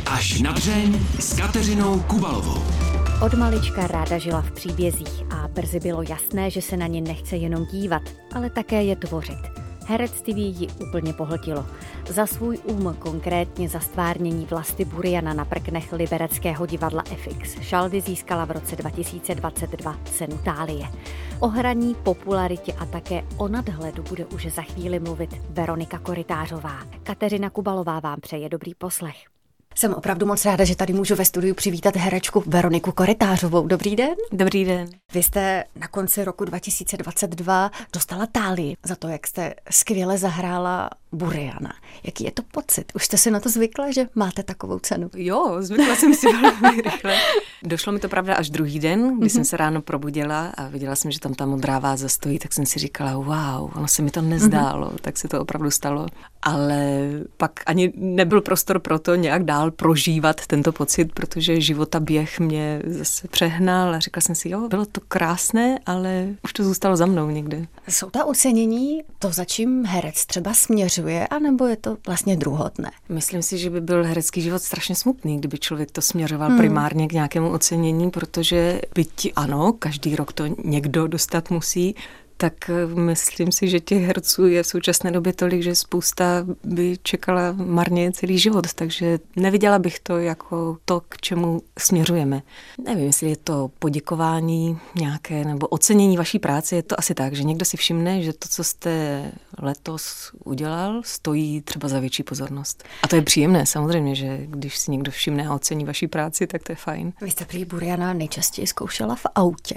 Až na dřeň s Kateřinou Kubalovou. Od malička ráda žila v příbězích a brzy bylo jasné, že se na ně nechce jenom dívat, ale také je tvořit. Herectví ji úplně pohltilo. Za svůj konkrétně za stvárnění Vlasty Buriana na prknech libereckého divadla FX Šaldy získala v roce 2022 cenu Thálie. O hraní, popularitě a také o nadhledu bude už za chvíli mluvit Veronika Korytářová. Kateřina Kubalová vám přeje dobrý poslech. Jsem opravdu moc ráda, že tady můžu ve studiu přivítat herečku Veroniku Korytářovou. Dobrý den. Dobrý den. Vy jste na konci roku 2022 dostala Thálii za to, jak jste skvěle zahrála Buriana. Jaký je to pocit? Už jste si na to zvykla, že máte takovou cenu? Jo, zvykla jsem si velmi rychle. Došlo mi to pravda až druhý den, kdy jsem se ráno probudila a viděla jsem, že tam ta modrá váza stojí, tak jsem si říkala, wow, ono se mi to nezdálo, tak se to opravdu stalo. Ale pak ani nebyl prostor pro to nějak dál prožívat tento pocit, protože života běh mě zase přehnal a řekla jsem si, jo, bylo to krásné, ale už to zůstalo za mnou někde. Jsou ta ocenění to, za čím herec třeba směřuje, anebo je to vlastně druhotné? Myslím si, že by byl herecký život strašně smutný, kdyby člověk to směřoval primárně k nějakému ocenění, protože byť ano, každý rok to někdo dostat musí, tak myslím si, že těch herců je v současné době tolik, že spousta by čekala marně celý život, takže neviděla bych to jako to, k čemu směřujeme. Nevím, jestli je to poděkování nějaké nebo ocenění vaší práce, je to asi tak, že někdo si všimne, že to, co jste letos udělal, stojí třeba za větší pozornost. A to je příjemné, samozřejmě, že když si někdo všimne a ocení vaší práci, tak to je fajn. Vy jste prý Buriana nejčastěji zkoušela v autě.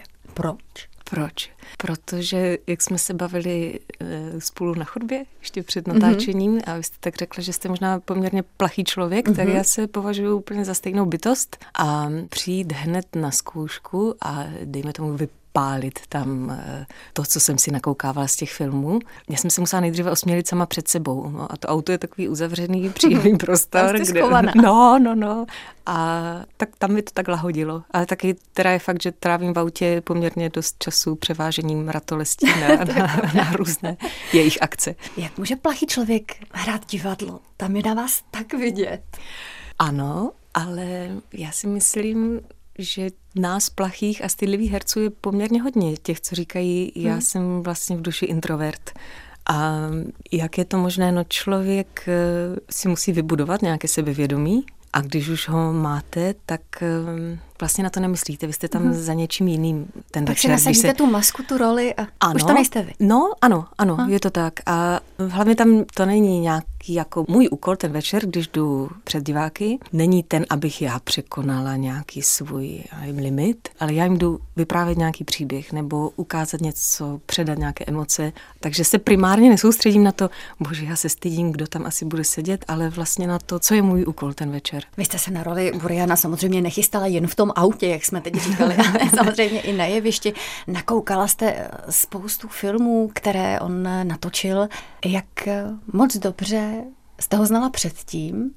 Proč? Protože, jak jsme se bavili spolu na chodbě ještě před natáčením a vy jste tak řekla, že jste možná poměrně plachý člověk, tak já se považuji úplně za stejnou bytost a přijít hned na zkoušku a dejme tomu pálit tam to, co jsem si nakoukávala z těch filmů. Já jsem se musela nejdříve osmělit sama před sebou. No, a to auto je takový uzavřený, příjemný prostor. Kde... No. A tak tam mi to tak lahodilo. Ale taky teda je fakt, že trávím v autě poměrně dost času převážením ratolestí na různé jejich akce. Jak může plachý člověk hrát divadlo? Tam je na vás tak vidět. Ano, ale já si myslím, že nás plachých a stydlivých herců je poměrně hodně. Těch, co říkají, já jsem vlastně v duši introvert. A jak je to možné? No člověk si musí vybudovat nějaké sebevědomí a když už ho máte, tak vlastně na to nemyslíte. Vy jste tam za něčím jiným ten tak večer. Tak si nasadíte tu masku, tu roli a už to nejste vy. No, ano, je to tak. A hlavně tam to není nějaký jako můj úkol ten večer, když jdu před diváky, není ten, abych já překonala nějaký svůj limit, ale já jim jdu vyprávět nějaký příběh nebo ukázat něco, předat nějaké emoce. Takže se primárně nesoustředím na to, bože, já se stydím, kdo tam asi bude sedět, ale vlastně na to, co je můj úkol ten večer. Vy jste se na roli Buriana samozřejmě nechystala jen v tom autě, jak jsme teď říkali, ale samozřejmě i na jevišti. Nakoukala jste spoustu filmů, které on natočil. Jak moc dobře jste ho znala předtím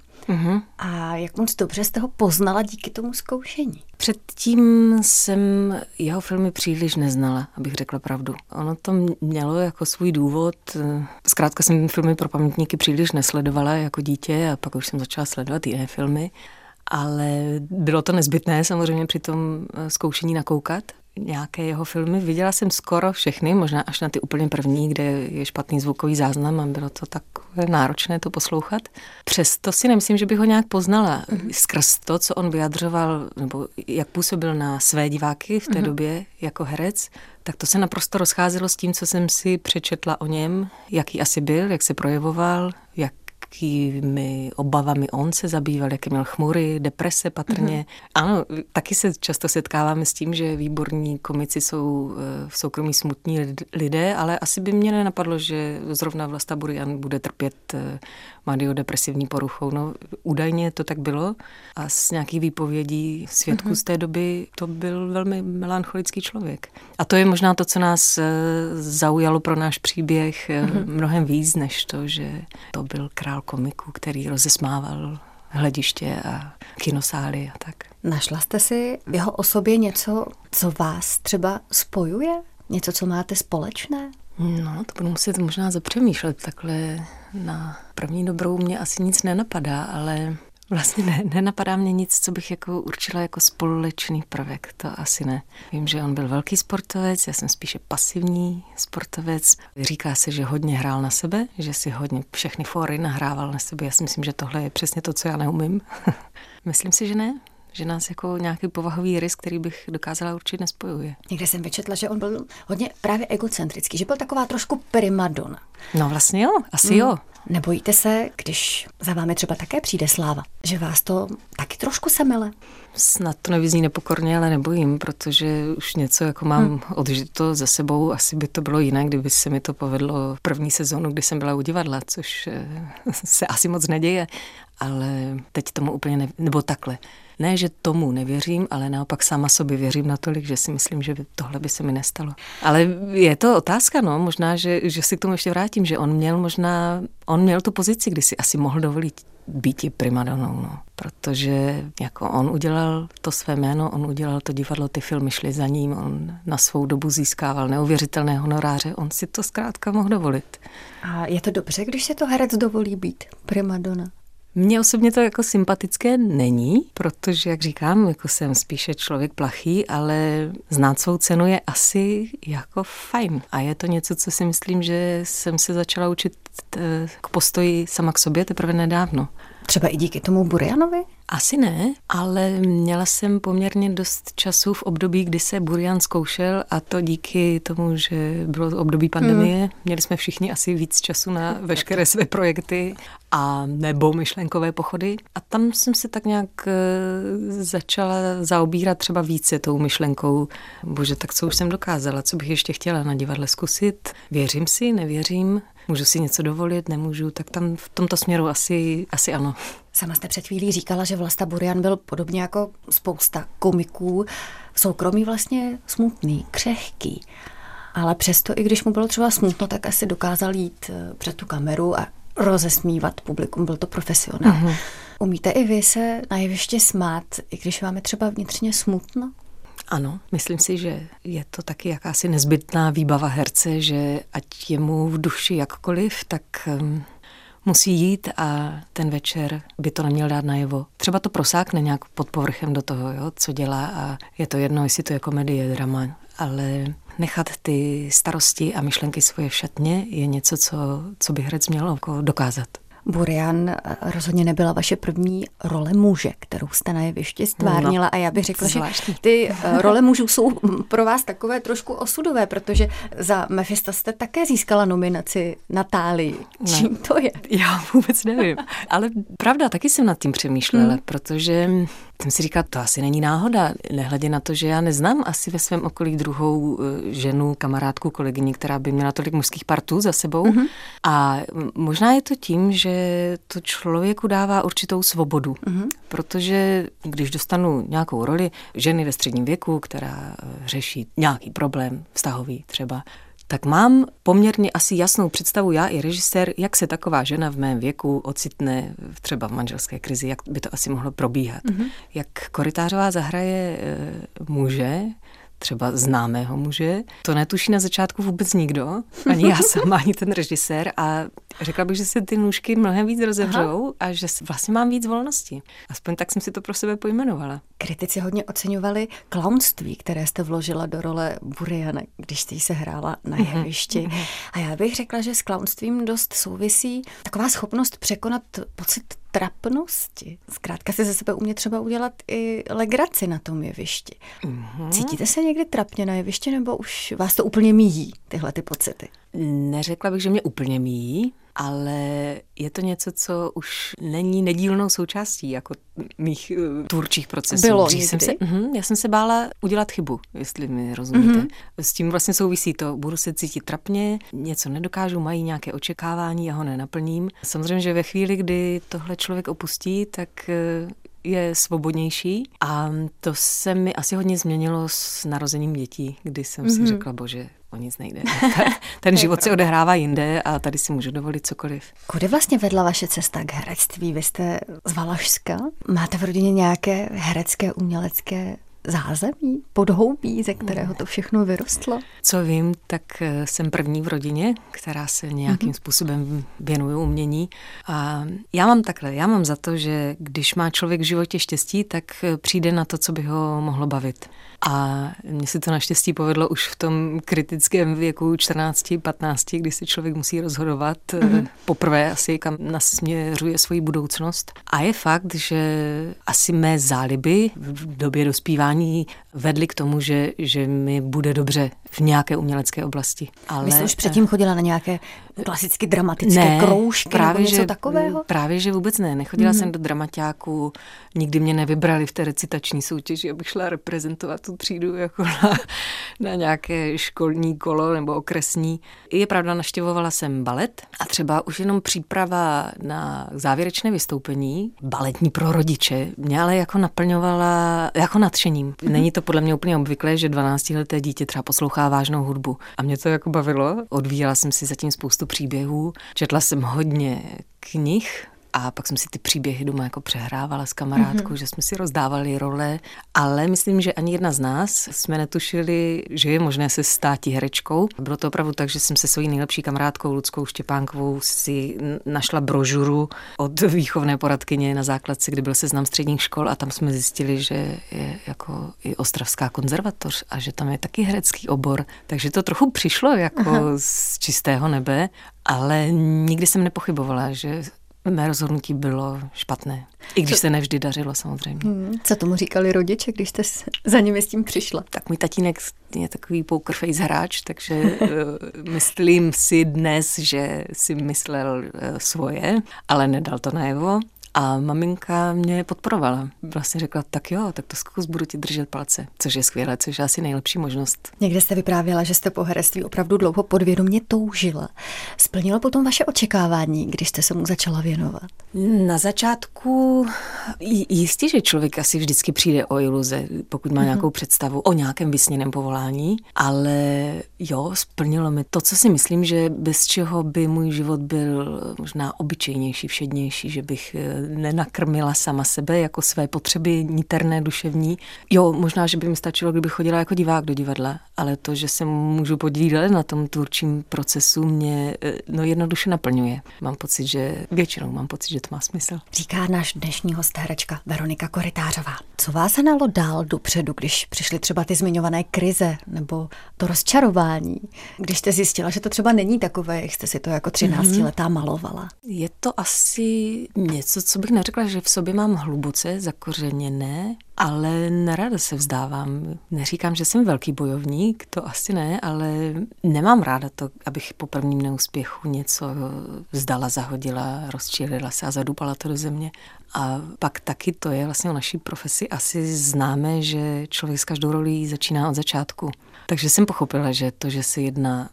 a jak moc dobře jste ho poznala díky tomu zkoušení? Předtím jsem jeho filmy příliš neznala, abych řekla pravdu. Ono to mělo jako svůj důvod. Zkrátka jsem filmy pro pamětníky příliš nesledovala jako dítě a pak už jsem začala sledovat jiné filmy. Ale bylo to nezbytné samozřejmě při tom zkoušení nakoukat nějaké jeho filmy. Viděla jsem skoro všechny, možná až na ty úplně první, kde je špatný zvukový záznam a bylo to tak náročné to poslouchat. Přesto si nemyslím, že bych ho nějak poznala. Skrz to, co on vyjadřoval, nebo jak působil na své diváky v té době jako herec, tak to se naprosto rozcházelo s tím, co jsem si přečetla o něm, jaký asi byl, jak se projevoval, jakými obavami on se zabýval, jaké měl chmury, deprese patrně. Ano, taky se často setkáváme s tím, že výborní komici jsou v soukromí smutní lidé, ale asi by mě nenapadlo, že zrovna Vlasta Burian bude trpět maniodepresivní poruchou. No, údajně to tak bylo a z nějakých výpovědí svědků z té doby to byl velmi melancholický člověk. A to je možná to, co nás zaujalo pro náš příběh mnohem víc, než to, že to byl král komiků, který rozesmával hlediště a kinosály a tak. Našla jste si v jeho osobě něco, co vás třeba spojuje? Něco, co máte společné? No, to budu muset možná zapřemýšlet. Takhle na první dobrou mě asi nic nenapadá, ale Vlastně nenapadá mě nic, co bych jako určila jako společný prvek, to asi ne. Vím, že on byl velký sportovec, já jsem spíše pasivní sportovec. Říká se, že hodně hrál na sebe, že si hodně všechny fóry nahrával na sebe. Já si myslím, že tohle je přesně to, co já neumím. Myslím si, že ne. Že nás jako nějaký povahový rys, který bych dokázala určit, nespojuje. Někde jsem vyčetla, že on byl hodně právě egocentrický, že byl taková trošku primadona. No vlastně jo, asi jo. Nebojíte se, když za vámi třeba také přijde sláva, že vás to taky trošku semele? Snad to nevyzní nepokorně, ale nebojím, protože už něco jako mám odžito za sebou. Asi by to bylo jiné, kdyby se mi to povedlo první sezónu, kdy jsem byla u divadla, což se asi moc neděje, ale teď tomu úplně nebo takhle. Ne, že tomu nevěřím, ale naopak sama sobě věřím natolik, že si myslím, že tohle by se mi nestalo. Ale je to otázka, no, možná, že si k tomu ještě vrátím, že on měl tu pozici, kdy si asi mohl dovolit býti primadonou, no. Protože jako on udělal to své jméno, on udělal to divadlo, ty filmy šly za ním, on na svou dobu získával neuvěřitelné honoráře, on si to zkrátka mohl dovolit. A je to dobře, když se to herec dovolí být primadona? Mně osobně to jako sympatické není, protože, jak říkám, jako jsem spíše člověk plachý, ale znát svou cenu je asi jako fajn. A je to něco, co si myslím, že jsem se začala učit k postoji sama k sobě teprve nedávno. Třeba i díky tomu Burianovi? Asi ne, ale měla jsem poměrně dost času v období, kdy se Burian zkoušel a to díky tomu, že bylo období pandemie. Měli jsme všichni asi víc času na veškeré své projekty a nebo myšlenkové pochody. A tam jsem se tak nějak začala zaobírat třeba více tou myšlenkou. Bože, tak co už jsem dokázala, co bych ještě chtěla na divadle zkusit. Věřím si, nevěřím. Můžu si něco dovolit, nemůžu, tak tam v tomto směru asi ano. Sama jste před chvílí říkala, že Vlasta Burian byl podobně jako spousta komiků v soukromí vlastně smutný, křehký. Ale přesto, i když mu bylo třeba smutno, tak asi dokázal jít před tu kameru a rozesmívat publikum, byl to profesionál. Mm-hmm. Umíte i vy se na jevišti smát, i když vám je třeba vnitřně smutno? Ano, myslím si, že je to taky jakási nezbytná výbava herce, že ať je mu v duši jakkoliv, tak musí jít a ten večer by to neměl dát najevo. Třeba to prosákne nějak pod povrchem do toho, jo, co dělá a je to jedno, jestli to je komedie, drama, ale nechat ty starosti a myšlenky svoje v šatně je něco, co by herec měl jako dokázat. Burian rozhodně nebyla vaše první role muže, kterou jste na jevišti stvárnila a já bych řekla, že ty role mužů jsou pro vás takové trošku osudové, protože za Mephisto jste také získala nominaci Natálii. Čím to je? Já vůbec nevím, ale pravda, taky jsem nad tím přemýšlela, protože jsem si říkala, to asi není náhoda, nehledě na to, že já neznám asi ve svém okolí druhou ženu, kamarádku, kolegyni, která by měla tolik mužských partů za sebou. A možná je to tím, že to člověku dává určitou svobodu, protože když dostanu nějakou roli ženy ve středním věku, která řeší nějaký problém vztahový třeba, tak mám poměrně asi jasnou představu já i režisér, jak se taková žena v mém věku ocitne třeba v manželské krizi, jak by to asi mohlo probíhat. Jak Korytářová zahraje muže, třeba známého muže. To netuší na začátku vůbec nikdo, ani já sama, ani ten režisér a řekla bych, že se ty nůžky mnohem víc rozevřou a že vlastně mám víc volnosti. Aspoň tak jsem si to pro sebe pojmenovala. Kritici hodně oceňovali klaunství, které jste vložila do role Buriana, když jste se hrála na jevišti. A já bych řekla, že s klaunstvím dost souvisí taková schopnost překonat pocit trapnosti. Zkrátka si ze sebe umět třeba udělat i legraci na tom jevišti. Cítíte se někdy trapně na jevišti, nebo už vás to úplně míjí, tyhle ty pocity? Neřekla bych, že mě úplně míjí, ale je to něco, co už není nedílnou součástí jako mých tvůrčích procesů. Bylo někdy? Já jsem se bála udělat chybu, jestli mi rozumíte. S tím vlastně souvisí to, budu se cítit trapně, něco nedokážu, mají nějaké očekávání, já ho nenaplním. Samozřejmě, že ve chvíli, kdy tohle člověk opustí, tak je svobodnější a to se mi asi hodně změnilo s narozením dětí, kdy jsem si řekla, bože, o nic nejde. Ten život se odehrává jinde a tady si můžu dovolit cokoliv. Kudy vlastně vedla vaše cesta k herectví? Vy jste z Valašska? Máte v rodině nějaké herecké, umělecké zázemí, podhoubí, ze kterého to všechno vyrostlo? Co vím, tak jsem první v rodině, která se nějakým způsobem věnuje umění. A já mám za to, že když má člověk v životě štěstí, tak přijde na to, co by ho mohlo bavit. A mně se to naštěstí povedlo už v tom kritickém věku 14-15, kdy se člověk musí rozhodovat poprvé asi, kam nasměřuje svoji budoucnost. A je fakt, že asi mé záliby v době dospívání vedly k tomu, že mi bude dobře v nějaké umělecké oblasti. Ale... Vy jste už předtím chodila na nějaké klasicky dramatické kroužky nebo něco takového? Právě, že vůbec ne. Nechodila jsem do dramaťáku, nikdy mě nevybrali v té recitační soutěži, abych šla reprezentovat tu třídu jako na nějaké školní kolo nebo okresní. Je pravda, navštěvovala jsem balet a třeba už jenom příprava na závěrečné vystoupení, baletní pro rodiče, mě ale jako naplňovala jako nadšením. Není to podle mě úplně obvyklé, že 12leté dítě třeba poslouchá vážnou hudbu. A mě to jako bavilo. Odvíjela jsem si zatím spoustu příběhů. Četla jsem hodně knih a pak jsem si ty příběhy doma jako přehrávala s kamarádkou, že jsme si rozdávali role, ale myslím, že ani jedna z nás jsme netušili, že je možné se stát herečkou. Bylo to opravdu tak, že jsem se svojí nejlepší kamarádkou Luckou Štěpánkovou si našla brožuru od výchovné poradkyně na základce, kde byl seznam středních škol a tam jsme zjistili, že je jako i Ostravská konzervatoř a že tam je taky herecký obor. Takže to trochu přišlo jako z čistého nebe, ale nikdy jsem nepochybovala, že mé rozhodnutí bylo špatné. I když se nevždy dařilo, samozřejmě. Co tomu říkali rodiče, když jste za nimi s tím přišla? Tak můj tatínek je takový poker face hráč, takže myslím si dnes, že si myslel svoje, ale nedal to najevo. A maminka mě podporovala. Vlastně řekla, tak jo, tak to zkus, budu ti držet palce. Což je skvělé, což je asi nejlepší možnost. Někde jste vyprávěla, že jste po herectví opravdu dlouho podvědomě toužila. Splnilo potom vaše očekávání, když jste se mu začala věnovat? Na začátku jistě, že člověk asi vždycky přijde o iluze, pokud má nějakou představu o nějakém vysněném povolání, ale jo, splnilo mi to, co si myslím, že bez čeho by můj život byl možná obyčejnější, všednější, že bych nenakrmila sama sebe jako své potřeby niterné, duševní. Jo, možná, že by mi stačilo, kdyby chodila jako divák do divadla, ale to, že se můžu podílet na tom tvůrčím procesu, mě jednoduše naplňuje. Většinou mám pocit, že to má smysl. Říká náš dnešní host herečka Veronika Korytářová. Co vás hnalo dál dopředu, když přišly třeba ty zmiňované krize nebo to rozčarování, když jste zjistila, že to třeba není takové, jak jste si to jako 13letá malovala? Je to asi něco, co bych neřekla, že v sobě mám hluboce zakořeněné, ale nerada se vzdávám. Neříkám, že jsem velký bojovník, to asi ne, ale nemám ráda to, abych po prvním neúspěchu něco vzdala, zahodila, rozčilila se a zadupala to do země. A pak taky to je vlastně o naší profesi. Asi známe, že člověk s každou rolí začíná od začátku. Takže jsem pochopila, že to, že se jedna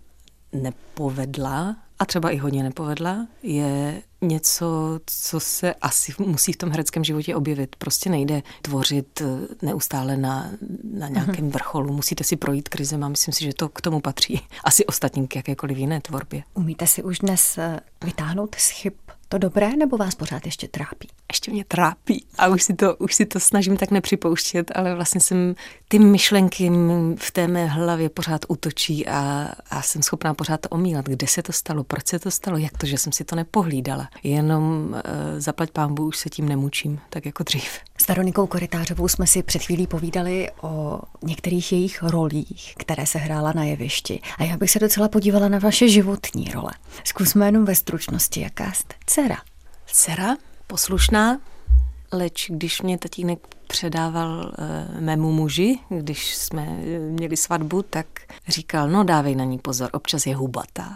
nepovedla, a třeba i hodně nepovedla, je něco, co se asi musí v tom hereckém životě objevit. Prostě nejde tvořit neustále na nějakém vrcholu. Musíte si projít krizem a myslím si, že to k tomu patří. Asi ostatní k jakékoliv jiné tvorbě. Umíte si už dnes vytáhnout z chyb to dobré, nebo vás pořád ještě trápí? Ještě mě trápí a už si to snažím tak nepřipouštět, ale vlastně ty myšlenky v té mé hlavě pořád útočí a jsem schopná pořád to omílat. Kde se to stalo, proč se to stalo, jak to, že jsem si to nepohlídala. Jenom zaplať pánbůh, už se tím nemučím, tak jako dřív. S Veronikou Korytářovou jsme si před chvílí povídali o některých jejich rolích, které se hrála na jevišti. A já bych se docela podívala na vaše životní role. Zkusme jenom ve stručnosti, jaká jste dcera. Dcera, poslušná, leč když mě tatínek předával mému muži, když jsme měli svatbu, tak říkal, no dávej na ní pozor, občas je hubatá.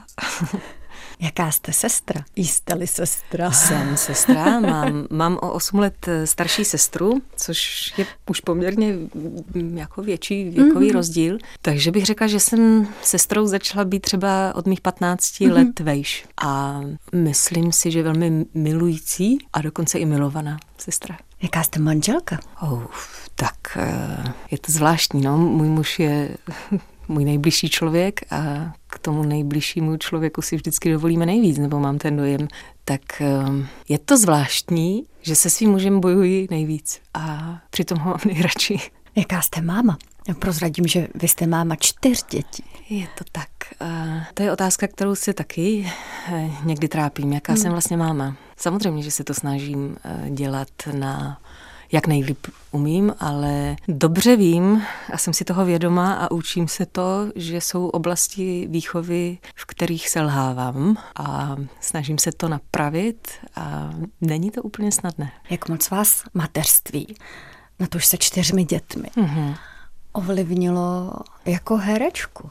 Jaká jste sestra? Jste-li sestra? Jsem sestra, mám o 8 let starší sestru, což je už poměrně jako větší věkový rozdíl. Takže bych řekla, že jsem sestrou začala být třeba od mých 15 let vejš. A myslím si, že velmi milující a dokonce i milovaná sestra. Jaká jste manželka? Tak je to zvláštní, no. Můj muž je můj nejbližší člověk a k tomu nejbližšímu člověku si vždycky dovolíme nejvíc, nebo mám ten dojem. Tak je to zvláštní, že se svým mužem bojuji nejvíc a přitom ho mám nejradši. Jaká jste máma? Prozradím, že vy jste máma 4 dětí. Je to tak. To je otázka, kterou si taky někdy trápím. Jaká jsem vlastně máma? Samozřejmě, že se to snažím dělat jak nejlíp umím, ale dobře vím a jsem si toho vědoma a učím se to, že jsou oblasti výchovy, v kterých selhávám a snažím se to napravit a není to úplně snadné. Jak moc vás mateřství, na to už se 4 dětmi, ovlivnilo jako herečku?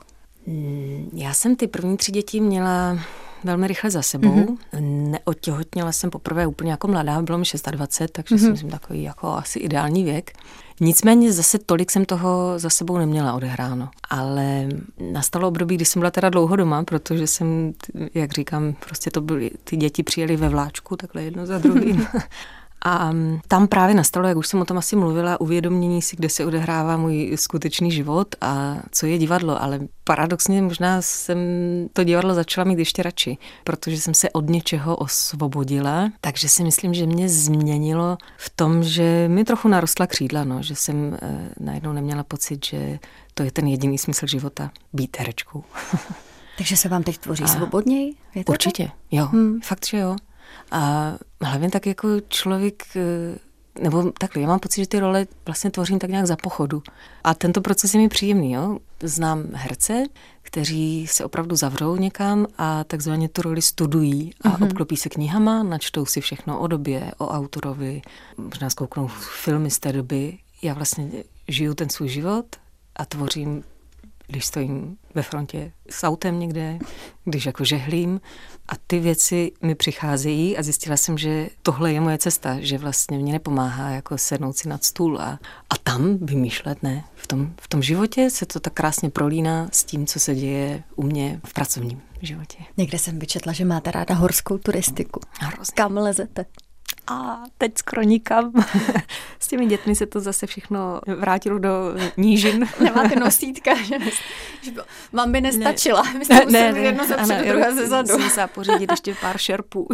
Já jsem ty první 3 děti měla velmi rychle za sebou. Neotěhotněla jsem poprvé úplně jako mladá, bylo mi 26, takže si myslím takový jako asi ideální věk. Nicméně zase tolik jsem toho za sebou neměla odehráno. Ale nastalo období, kdy jsem byla teda dlouho doma, protože jsem, jak říkám, prostě ty děti přijeli ve vláčku, takhle jedno za druhým. A tam právě nastalo, jak už jsem o tom asi mluvila, uvědomění si, kde se odehrává můj skutečný život a co je divadlo. Ale paradoxně možná jsem to divadlo začala mít ještě radši, protože jsem se od něčeho osvobodila. Takže si myslím, že mě změnilo v tom, že mi trochu narostla křídla, že jsem najednou neměla pocit, že to je ten jediný smysl života, být herečkou. Takže se vám teď tvoří svobodněji? Určitě, jo. Fakt, že jo. A hlavně tak jako člověk, nebo takhle, já mám pocit, že ty role vlastně tvořím tak nějak za pochodu. A tento proces je mi příjemný, jo. Znám herce, kteří se opravdu zavřou někam a takzvaně tu roli studují a obklopí se knihama, načtou si všechno o době, o autorovi, možná zkouknou filmy z té doby. Já vlastně žiju ten svůj život a tvořím, když stojím ve frontě s autem někde, když jako žehlím a ty věci mi přicházejí a zjistila jsem, že tohle je moje cesta, že vlastně mě nepomáhá jako sednout si nad stůl a tam vymýšlet, ne. V tom životě se to tak krásně prolíná s tím, co se děje u mě v pracovním životě. Někde jsem vyčetla, že máte ráda horskou turistiku. Hrozně. Kam lezete? A teď skoro nikam. S těmi dětmi se to zase všechno vrátilo do nížin. Nemáte nosítka, že vám by nestačila. My jsme museli jedno ze předu, druhé ze zadu. Jsem musela pořídit ještě pár šerpů.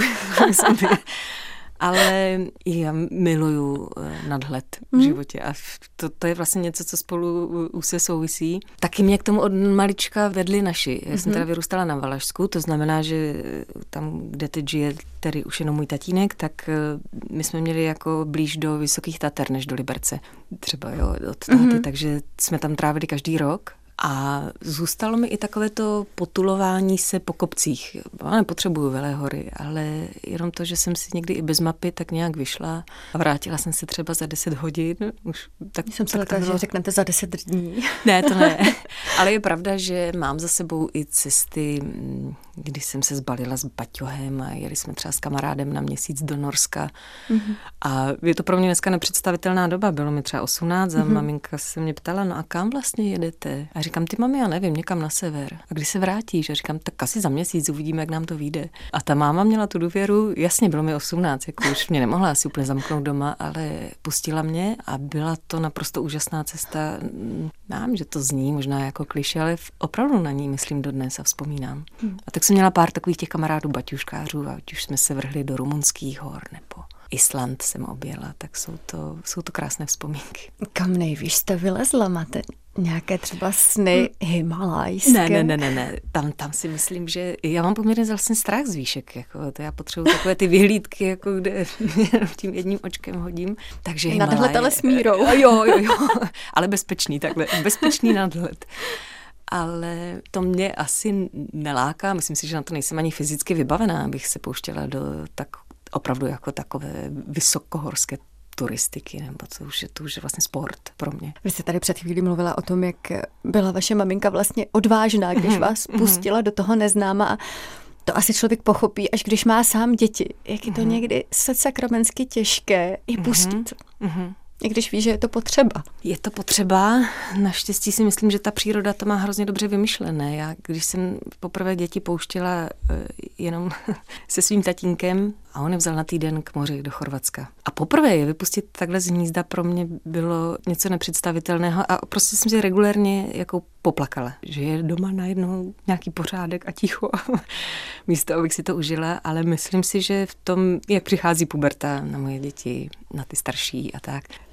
Ale já miluju nadhled v životě a to je vlastně něco, co spolu úzce souvisí. Taky mě k tomu od malička vedli naši. Já jsem teda vyrůstala na Valašsku, to znamená, že tam, kde teď žije tedy už jenom můj tatínek, tak my jsme měli jako blíž do Vysokých Tater než do Liberce. Třeba od táty, takže jsme tam trávili každý rok. A zůstalo mi i takové to potulování se po kopcích. Já nepotřebuju Velé hory, ale jenom to, že jsem si někdy i bez mapy tak nějak vyšla a vrátila jsem se třeba za 10 hodin. Už tak, jsem se lekla, že řeknete za 10 dní. Ne, to ne. Ale je pravda, že mám za sebou i cesty, kdy jsem se zbalila s baťohem a jeli jsme třeba s kamarádem na měsíc do Norska. A je to pro mě dneska nepředstavitelná doba. Bylo mi třeba 18 a maminka se mě ptala, no a kam vlastně jedete? A říkám, ty mami, já nevím, někam na sever. A kdy se vrátíš? A říkám, tak asi za měsíc uvidíme, jak nám to vyjde. A ta máma měla tu důvěru, jasně, bylo mi 18, jako už mě nemohla asi úplně zamknout doma, ale pustila mě a byla to naprosto úžasná cesta. Mám, že to zní možná jako klišé, ale opravdu na ní myslím dodnes a vzpomínám. A tak jsem měla pár takových těch kamarádů baťuškářů a ať už jsme se vrhli do rumunských hor nebo Island jsem objela, tak jsou to krásné vzpomínky. Kam nejvíc jste vylezla? Máte nějaké třeba sny himalajské? Ne. Tam si myslím, že já mám poměrně vlastně strach z výšek. Jako, to já potřebuji takové ty vyhlídky, jako kde tím jedním očkem hodím. Takže Himalaje. Nadhled ale s mírou. Jo. Ale bezpečný, takhle. Bezpečný nadhled. Ale to mě asi neláká. Myslím si, že na to nejsem ani fyzicky vybavená, abych se pouštěla do opravdu jako takové vysokohorské turistiky, nebo to už je vlastně sport pro mě. Vy jste tady před chvílí mluvila o tom, jak byla vaše maminka vlastně odvážná, když vás pustila do toho neznáma a to asi člověk pochopí, až když má sám děti. Jak je to někdy sakramensky těžké je pustit. I když ví, že je to potřeba. Je to potřeba. Naštěstí si myslím, že ta příroda to má hrozně dobře vymyšlené. Já, když jsem poprvé děti pouštěla jenom se svým tatínkem a on je vzal na týden k moři do Chorvatska. A poprvé je vypustit takhle z hnízda pro mě bylo něco nepředstavitelného a prostě jsem si regulérně jako poplakala, že je doma najednou nějaký pořádek a ticho místo, abych si to užila, ale myslím si, že v tom, jak přichází puberta na moje děti, na ty starší a tak,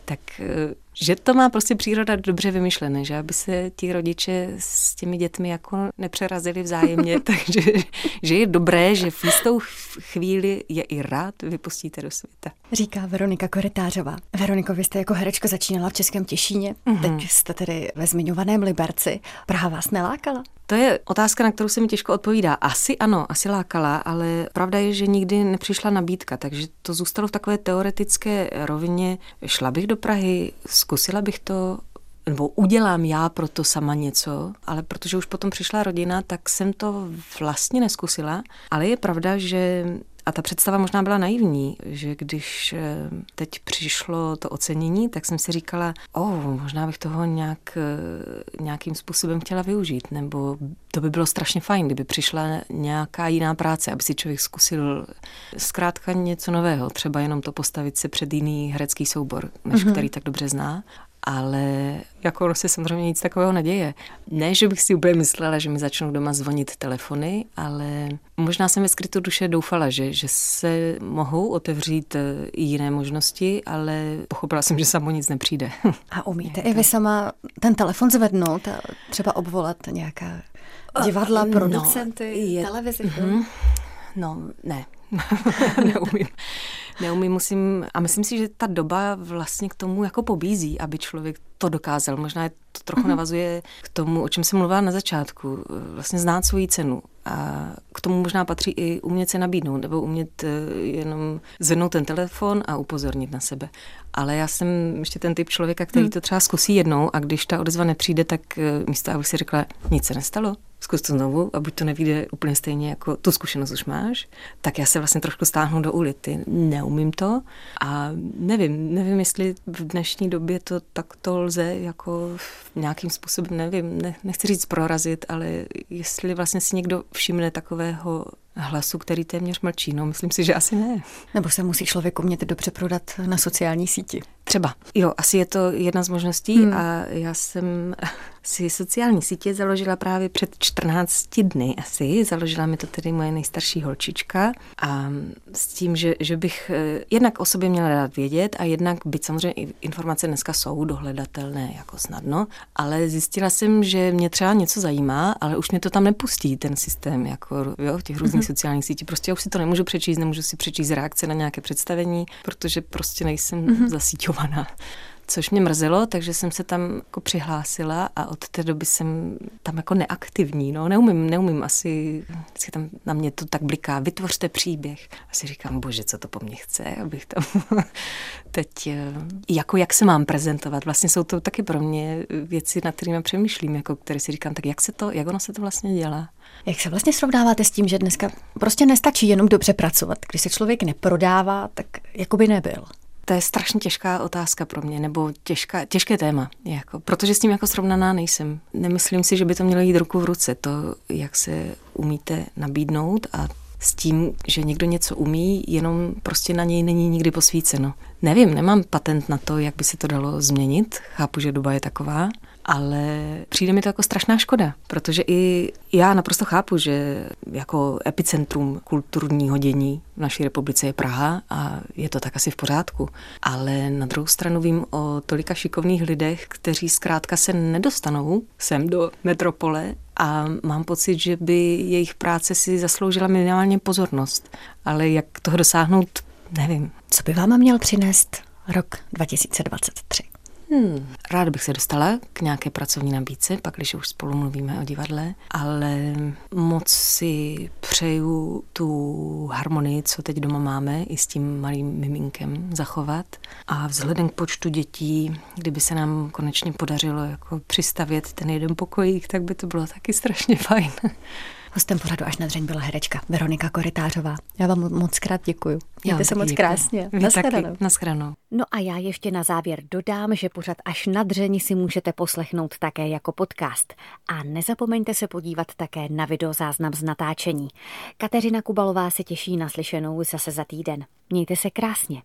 tak že to má prostě příroda dobře vymyšlené, že aby se ti rodiče s těmi dětmi jako nepřerazili vzájemně, takže že je dobré, že v jistou chvíli je i rád vypustíte do světa. Říká Veronika Korytářová. Veroniko, vy jste jako herečka začínala v Českém Těšíně, teď jste tedy ve zmiňovaném Liberci. Praha vás nelákala? To je otázka, na kterou se mi těžko odpovídá. Asi ano, asi lákala, ale pravda je, že nikdy nepřišla nabídka, takže to zůstalo v takové teoretické rovině. Šla bych do Prahy, zkusila bych to, nebo udělám já pro to sama něco, ale protože už potom přišla rodina, tak jsem to vlastně neskusila. Ale je pravda, že a ta představa možná byla naivní, že když teď přišlo to ocenění, tak jsem si říkala, možná bych toho nějakým způsobem chtěla využít, nebo to by bylo strašně fajn, kdyby přišla nějaká jiná práce, aby si člověk zkusil zkrátka něco nového, třeba jenom to postavit se před jiný herecký soubor, než který tak dobře zná. Ale jako se samozřejmě nic takového neděje. Ne, že bych si úplně myslela, že mi začnou doma zvonit telefony, ale možná jsem ve skrytu duše doufala, že se mohou otevřít i jiné možnosti, ale pochopila jsem, že samo nic nepřijde. A umíte i vy sama ten telefon zvednout a třeba obvolat nějaká divadla, producenty, televizi? No, ne. Neumím, musím, a myslím si, že ta doba vlastně k tomu jako pobízí, aby člověk to dokázal. Možná to trochu navazuje k tomu, o čem jsem mluvila na začátku. Vlastně znát svoji cenu. A k tomu možná patří i umět se nabídnout, nebo umět jenom zvednout ten telefon a upozornit na sebe. Ale já jsem ještě ten typ člověka, který to třeba zkusí jednou a když ta odezva nepřijde, tak místo, abych si řekla, nic se nestalo, zkus to znovu a buď to nevyjde úplně stejně, jako tu zkušenost už máš, tak já se vlastně trošku stáhnu do ulity. Neumím to a nevím, jestli v dnešní době to takto lze jako nějakým způsobem, nechci říct prorazit, ale jestli vlastně si někdo všimne takového hlasu, který téměř mlčí. No, myslím si, že asi ne. Nebo se musí člověk umět dobře prodat na sociální síti. Třeba. Jo, asi je to jedna z možností a já jsem si sociální sítě založila právě před 14 dny asi. Založila mi to tedy moje nejstarší holčička a s tím, že bych jednak o sobě měla dát vědět a jednak, byť samozřejmě informace dneska jsou dohledatelné jako snadno, ale zjistila jsem, že mě třeba něco zajímá, ale už mě to tam nepustí, ten systém, jako jo, těch různých sociálních sítí. Prostě já už si to nemůžu přečíst, nemůžu si přečíst reakce na nějaké představení, protože prostě nejsem zasíťovaná. Což mě mrzelo, takže jsem se tam jako přihlásila a od té doby jsem tam jako neaktivní. No, neumím asi, vždycky tam na mě to tak bliká, vytvořte příběh. A si říkám, bože, co to po mně chce, abych tam teď, jako jak se mám prezentovat. Vlastně jsou to taky pro mě věci, nad kterými přemýšlím, jako které si říkám, tak jak ono se to vlastně dělá. Jak se vlastně srovnáváte s tím, že dneska prostě nestačí jenom dobře pracovat? Když se člověk neprodává, tak jako by nebyl. To je strašně těžká otázka pro mě, nebo těžké téma, jako, protože s tím jako srovnaná nejsem. Nemyslím si, že by to mělo jít ruku v ruce, to, jak se umíte nabídnout a s tím, že někdo něco umí, jenom prostě na něj není nikdy posvíceno. Nevím, nemám patent na to, jak by se to dalo změnit, chápu, že doba je taková, ale přijde mi to jako strašná škoda, protože i já naprosto chápu, že jako epicentrum kulturního dění v naší republice je Praha a je to tak asi v pořádku. Ale na druhou stranu vím o tolika šikovných lidech, kteří zkrátka se nedostanou sem do metropole a mám pocit, že by jejich práce si zasloužila minimálně pozornost. Ale jak toho dosáhnout, nevím. Co by vám měl přinést rok 2023? Ráda bych se dostala k nějaké pracovní nabídce, pak když už spolu mluvíme o divadle, ale moc si přeju tu harmonii, co teď doma máme, i s tím malým miminkem zachovat. A vzhledem k počtu dětí, kdyby se nám konečně podařilo jako přistavět ten jeden pokojík, tak by to bylo taky strašně fajn. Hostem pořadu Až na dřeň byla herečka Veronika Korytářová. Já vám moc krát děkuju. Mějte se moc krásně. Naschledanou. No a já ještě na závěr dodám, že pořad Až na dřeň si můžete poslechnout také jako podcast. A nezapomeňte se podívat také na videozáznam z natáčení. Kateřina Kubalová se těší na slyšenou zase za týden. Mějte se krásně.